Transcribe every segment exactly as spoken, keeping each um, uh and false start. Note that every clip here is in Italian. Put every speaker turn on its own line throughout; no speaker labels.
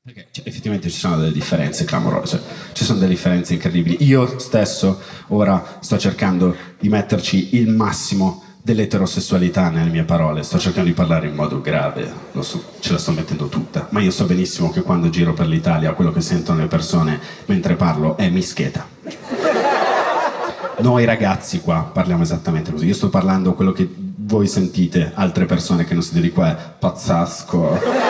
Perché cioè, effettivamente ci sono delle differenze clamorose, ci sono delle differenze incredibili. Io stesso ora sto cercando di metterci il massimo dell'eterosessualità nelle mie parole, sto cercando di parlare in modo grave, lo so, ce la sto mettendo tutta, ma io so benissimo che quando giro per l'Italia quello che sentono le persone mentre parlo è mischeta. Noi ragazzi qua parliamo esattamente così, io sto parlando quello che voi sentite, altre persone che non siete di qua, è pazzesco.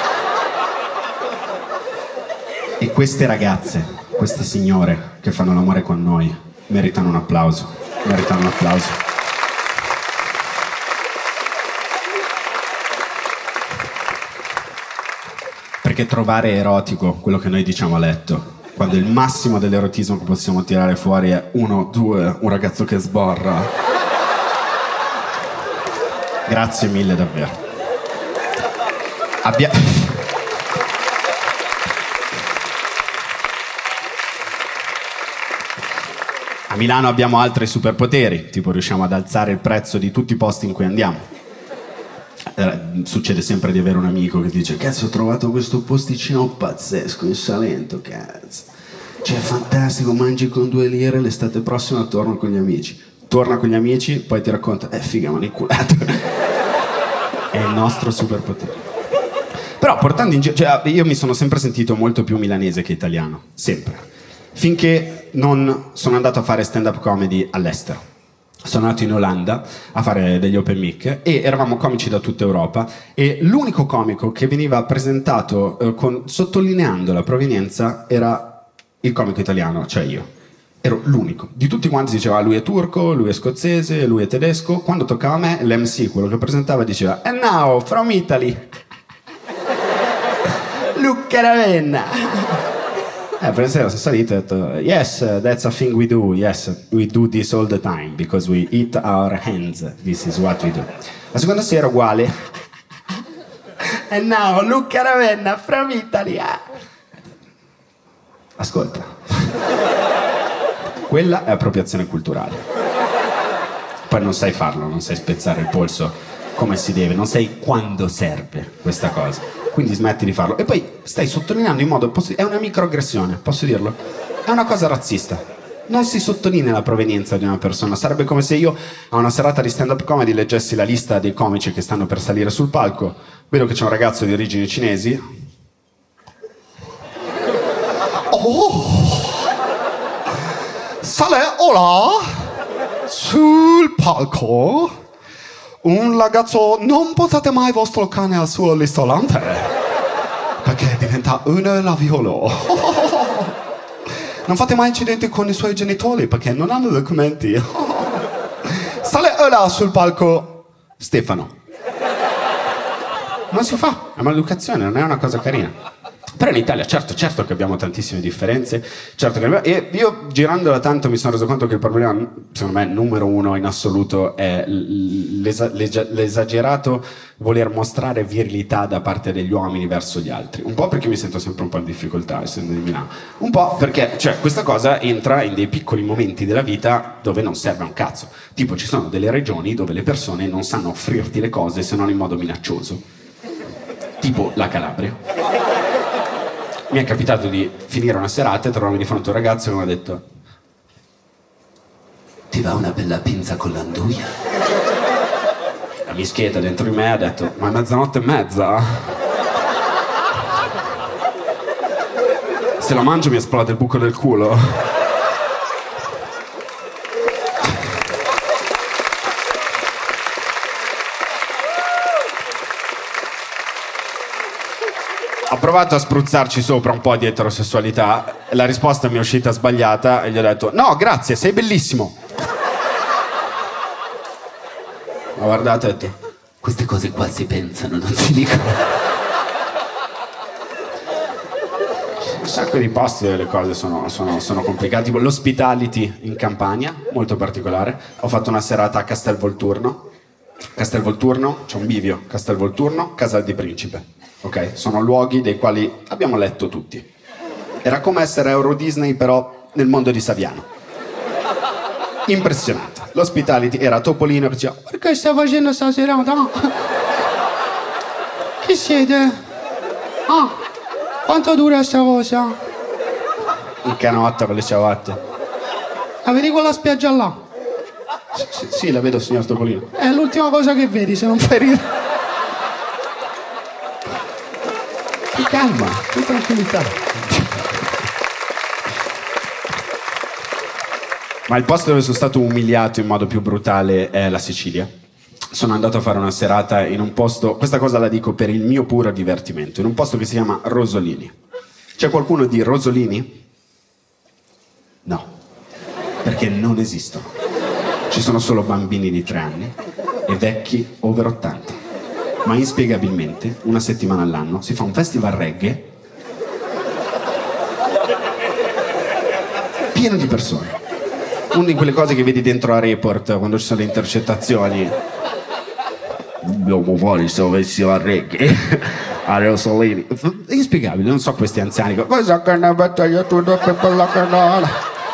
E queste ragazze, queste signore che fanno l'amore con noi, meritano un applauso, meritano un applauso. Perché trovare erotico quello che noi diciamo a letto, quando il massimo dell'erotismo che possiamo tirare fuori è uno, due, un ragazzo che sborra. Grazie mille davvero. Abbia... A Milano abbiamo altri superpoteri, tipo riusciamo ad alzare il prezzo di tutti i posti in cui andiamo. Eh, succede sempre di avere un amico che dice: cazzo, ho trovato questo posticino pazzesco in Salento, cazzo. Cioè, fantastico, mangi con due lire, l'estate prossima torno con gli amici. Torna con gli amici, poi ti racconta: eh, figa, ma inculato. È il nostro superpotere. Però portando in giro, cioè, io mi sono sempre sentito molto più milanese che italiano, sempre. Finché non sono andato a fare stand-up comedy all'estero. Sono andato in Olanda a fare degli open mic e eravamo comici da tutta Europa e l'unico comico che veniva presentato eh, con, sottolineando la provenienza era il comico italiano, cioè io. Ero l'unico. Di tutti quanti diceva: lui è turco, lui è scozzese, lui è tedesco. Quando toccava a me, l'M C, quello che presentava, diceva: and now, from Italy, Luca Ravenna. Eh, per esempio, sono salito e ho detto: yes, that's a thing we do, yes, we do this all the time, because we eat our hands, this is what we do. La seconda sera uguale. And now, Luca Ravenna, from Italy. Ascolta. Quella è appropriazione culturale. Poi non sai farlo, non sai spezzare il polso come si deve, non sai quando serve questa cosa. Quindi smetti di farlo. E poi stai sottolineando in modo... Posso, è una microaggressione, posso dirlo? È una cosa razzista. Non si sottolinea la provenienza di una persona. Sarebbe come se io a una serata di stand-up comedy leggessi la lista dei comici che stanno per salire sul palco. Vedo che c'è un ragazzo di origini cinesi. Oh! Sale ora sul palco un ragazzo. Non portate mai il vostro cane al suo ristorante perché diventa un raviolo. Non fate mai incidenti con i suoi genitori perché non hanno documenti. Sale ora sul palco Stefano. Non si fa, è maleducazione, non è una cosa carina. Però in Italia, certo, certo che abbiamo tantissime differenze, certo che... E io girandola tanto mi sono reso conto che il problema, secondo me, numero uno in assoluto è l'esa- l'esagerato voler mostrare virilità da parte degli uomini verso gli altri. Un po' perché mi sento sempre un po' in difficoltà essendo di Milano, un po' perché, cioè, questa cosa entra in dei piccoli momenti della vita dove non serve un cazzo. Tipo, ci sono delle regioni dove le persone non sanno offrirti le cose se non in modo minaccioso. Tipo la Calabria. Mi è capitato di finire una serata e trovarmi di fronte a un ragazzo che mi ha detto: ti va una bella pinza con l'anduia? La mischietta dentro di me ha detto: ma è mezzanotte e mezza? Se la mangio mi esplode il buco del culo. Ho provato a spruzzarci sopra un po' di eterosessualità, la risposta mi è uscita sbagliata e gli ho detto: no, grazie, sei bellissimo. Ho guardato e ho detto: queste cose qua si pensano, non si dicono. Un sacco di posti dove le cose sono, sono, sono complicate, tipo l'hospitality in Campania, molto particolare. Ho fatto una serata a Castelvolturno. Castelvolturno, c'è un bivio, Castelvolturno, Casal di Principe. Ok? Sono luoghi dei quali abbiamo letto tutti. Era come essere Euro Disney però nel mondo di Saviano. Impressionante. L'hospitality era Topolino che diceva: perché stai facendo stasera? No? Che siete? Ah,
Quanto dura sta cosa?
Un canotto con le ciabatte.
La vedi quella spiaggia là?
Sì, sì, sì, la vedo, signor Topolino.
È l'ultima cosa che vedi, se non fai ridere.
Che calma, che tranquillità. Ma il posto dove sono stato umiliato in modo più brutale è la Sicilia. Sono andato a fare una serata in un posto, questa cosa la dico per il mio puro divertimento, in un posto che si chiama Rosolini. C'è qualcuno di Rosolini? No, perché non esistono. Ci sono solo bambini di tre anni e vecchi over ottanta. Ma inspiegabilmente, una settimana all'anno, si fa un festival reggae pieno di persone. Una di quelle cose che vedi dentro a Report quando ci sono le intercettazioni. Dobbiamo fare questo festival reggae a Rosolini. Inspiegabile, non so questi anziani. Cosa che ne battaglia tutto per quella che non...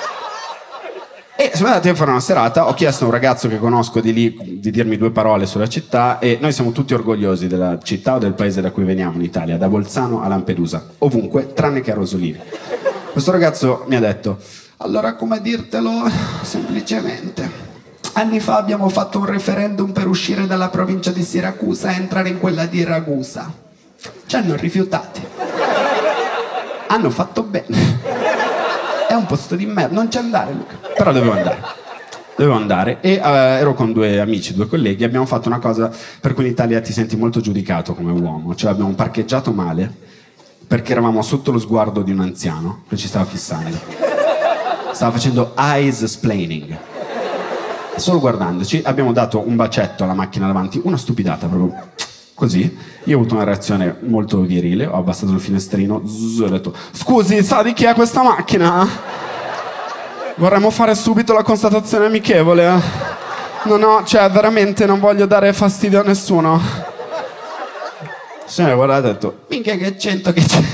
E siamo andati a fare una serata, ho chiesto a un ragazzo che conosco di lì di dirmi due parole sulla città e noi siamo tutti orgogliosi della città o del paese da cui veniamo in Italia, da Bolzano a Lampedusa, ovunque, tranne che a Rosolini. Questo ragazzo mi ha detto, allora come dirtelo semplicemente, anni fa abbiamo fatto un referendum per uscire dalla provincia di Siracusa e entrare in quella di Ragusa. Ci hanno rifiutati. Hanno fatto bene. È un posto di merda, non c'è andare Luca. Però dovevo andare. Dovevo andare e uh, ero con due amici, due colleghi, abbiamo fatto una cosa per cui in Italia ti senti molto giudicato come uomo, cioè abbiamo parcheggiato male perché eravamo sotto lo sguardo di un anziano che ci stava fissando. Stava facendo eyes splaining. Solo guardandoci abbiamo dato un bacetto alla macchina davanti, una stupidata proprio così. Io ho avuto una reazione molto virile, ho abbassato il finestrino, zzz, ho detto scusi, sa di chi è questa macchina? Vorremmo fare subito la constatazione amichevole. No, no, cioè veramente non voglio dare fastidio a nessuno. Se mi ha guardato e ha detto minchia che cento che c'è.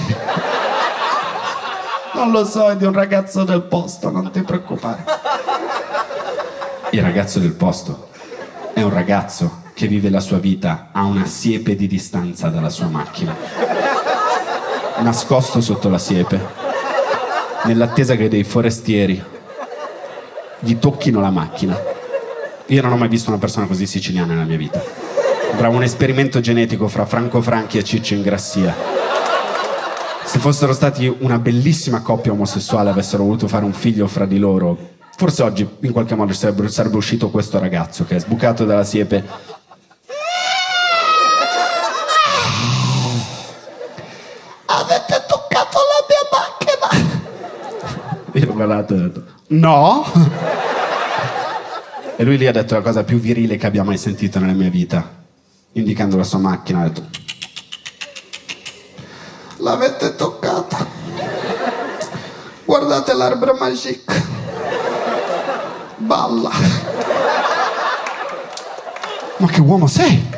Non lo so, è di un ragazzo del posto, non ti preoccupare. Il ragazzo del posto è un ragazzo che vive la sua vita a una siepe di distanza dalla sua macchina, nascosto sotto la siepe, nell'attesa che dei forestieri gli tocchino la macchina. Io non ho mai visto una persona così siciliana nella mia vita. Sembrava un esperimento genetico fra Franco Franchi e Ciccio Ingrassia. Se fossero stati una bellissima coppia omosessuale, avessero voluto fare un figlio fra di loro, forse oggi in qualche modo sarebbe, sarebbe uscito questo ragazzo che è sbucato dalla siepe. Avete toccato la mia macchina? Io ho guardato e ho detto no. E lui lì ha detto la cosa più virile che abbia mai sentito nella mia vita, indicando la sua macchina, ha detto l'avete toccata, guardate l'arbre magique, balla. Ma che uomo sei?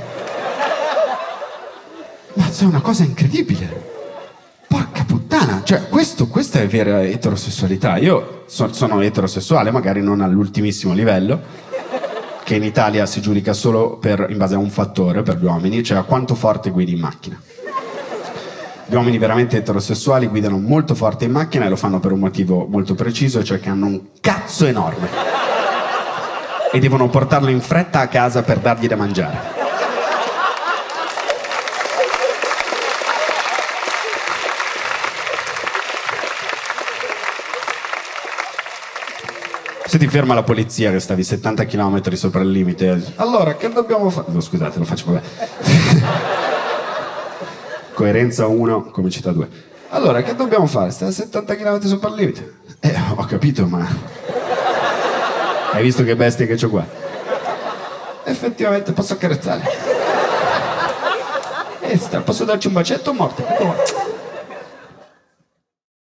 Ma sei una cosa incredibile. Porca puttana, cioè questo, questa è vera eterosessualità. Io so, sono eterosessuale, magari non all'ultimissimo livello, che in Italia si giudica solo per, in base a un fattore per gli uomini, cioè a quanto forte guidi in macchina. Gli uomini veramente eterosessuali guidano molto forte in macchina e lo fanno per un motivo molto preciso, cioè che hanno un cazzo enorme e devono portarlo in fretta a casa per dargli da mangiare. Se ti ferma la polizia che stavi settanta chilometri sopra il limite, allora che dobbiamo fare? No, scusate, lo faccio vabbè. Coerenza uno, comicità due. Allora che dobbiamo fare? Stai a settanta chilometri sopra il limite. Eh, ho capito, ma hai visto che bestia che c'ho qua? Effettivamente posso accarezzare. E sta, posso darci un bacetto o morte?